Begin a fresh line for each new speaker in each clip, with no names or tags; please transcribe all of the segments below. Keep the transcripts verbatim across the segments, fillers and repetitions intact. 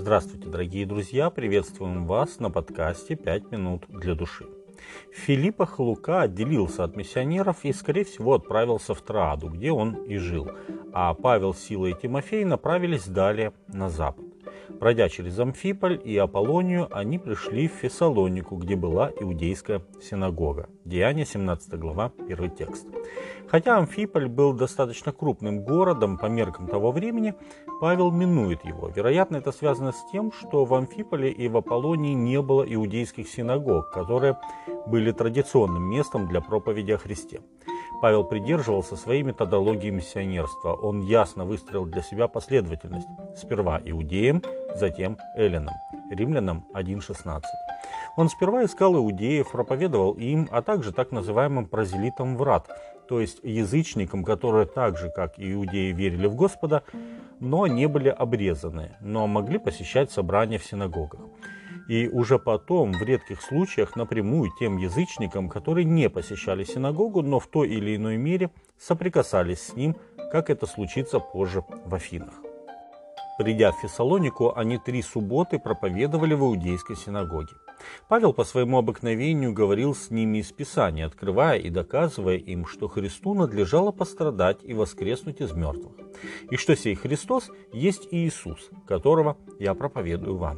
Здравствуйте, дорогие друзья! Приветствуем вас на подкасте «пять минут для души». В Филиппах Лука отделился от миссионеров и, скорее всего, отправился в Трааду, где он и жил, а Павел, Сила и Тимофей направились далее на запад. Пройдя через Амфиполь и Аполлонию, они пришли в Фессалонику, где была иудейская синагога. Деяния, семнадцатая глава, первый текст. Хотя Амфиполь был достаточно крупным городом по меркам того времени, Павел минует его. Вероятно, это связано с тем, что в Амфиполе и в Аполлонии не было иудейских синагог, которые были традиционным местом для проповеди о Христе. Павел придерживался своей методологии миссионерства. Он ясно выстроил для себя последовательность. Сперва иудеям, затем эллинам. Римлянам один шестнадцать. Он сперва искал иудеев, проповедовал им, а также так называемым прозелитам врат, то есть язычникам, которые так же, как и иудеи, верили в Господа, но не были обрезаны, но могли посещать собрания в синагогах. И уже потом, в редких случаях, напрямую тем язычникам, которые не посещали синагогу, но в той или иной мере соприкасались с ним, как это случится позже в Афинах. Придя в Фессалонику, они три субботы проповедовали в иудейской синагоге. Павел по своему обыкновению говорил с ними из Писания, открывая и доказывая им, что Христу надлежало пострадать и воскреснуть из мертвых, и что сей Христос есть Иисус, которого я проповедую вам.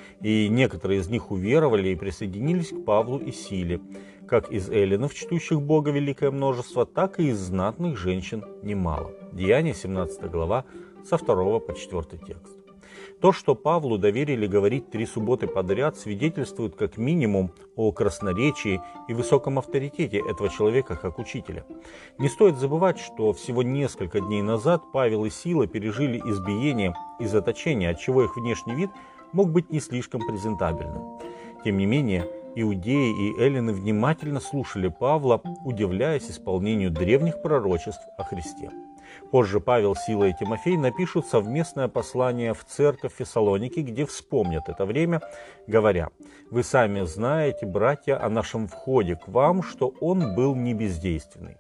И некоторые из них уверовали и присоединились к Павлу и Силе, как из эллинов, чтущих Бога, великое множество, так и из знатных женщин немало. Деяния, семнадцатая глава, со второго по четвертый текст. То, что Павлу доверили говорить три субботы подряд, свидетельствует как минимум о красноречии и высоком авторитете этого человека как учителя. Не стоит забывать, что всего несколько дней назад Павел и Сила пережили избиение и заточение, отчего их внешний вид мог быть не слишком презентабельным. Тем не менее, иудеи и эллины внимательно слушали Павла, удивляясь исполнению древних пророчеств о Христе. Позже Павел, Сила и Тимофей напишут совместное послание в церковь Фессалоники, где вспомнят это время, говоря: «Вы сами знаете, братья, о нашем входе к вам, что он был не бездейственный.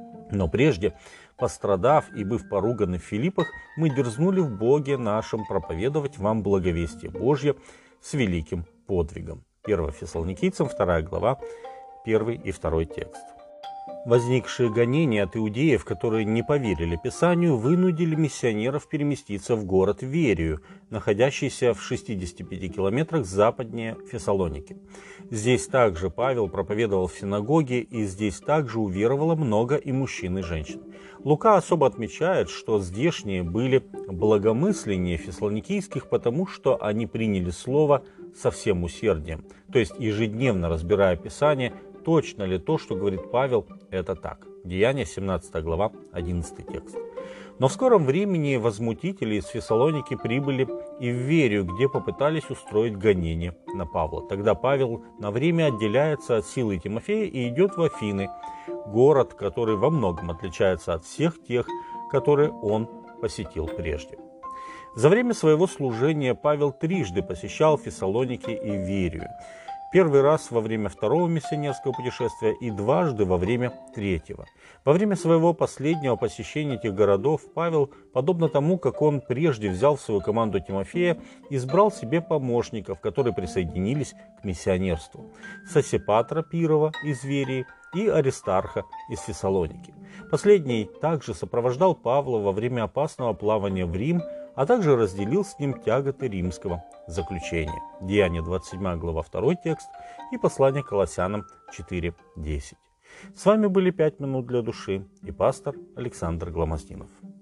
Но прежде, пострадав и быв поруганы в Филиппах, мы дерзнули в Боге нашем проповедовать вам благовестие Божье с великим подвигом». первое Фессалоникийцам, вторая глава, первый и второй текст. Возникшие гонения от иудеев, которые не поверили Писанию, вынудили миссионеров переместиться в город Верию, находящийся в шестидесяти пяти километрах западнее Фессалоники. Здесь также Павел проповедовал в синагоге, и здесь также уверовало много и мужчин, и женщин. Лука особо отмечает, что здешние были благомысленнее фессалоникийских, потому что они приняли слово со всем усердием, то есть ежедневно разбирая Писание, точно ли то, что говорит Павел, это так. Деяния, семнадцатая глава, одиннадцатый текст. Но в скором времени возмутители из Фессалоники прибыли и в Верию, где попытались устроить гонение на Павла. Тогда Павел на время отделяется от Силы Тимофея и идет в Афины, город, который во многом отличается от всех тех, которые он посетил прежде. За время своего служения Павел трижды посещал Фессалоники и Верию. Первый раз во время второго миссионерского путешествия и дважды во время третьего. Во время своего последнего посещения этих городов Павел, подобно тому, как он прежде взял в свою команду Тимофея, избрал себе помощников, которые присоединились к миссионерству: Сосипатра Пирова из Верии и Аристарха из Фессалоники. Последний также сопровождал Павла во время опасного плавания в Рим, а также разделил с ним тяготы римского заключения. Деяния, двадцать седьмая глава, второй текст, и послание Колоссянам четыре десять. С вами были «пять минут для души» и пастор Александр Гломоздинов.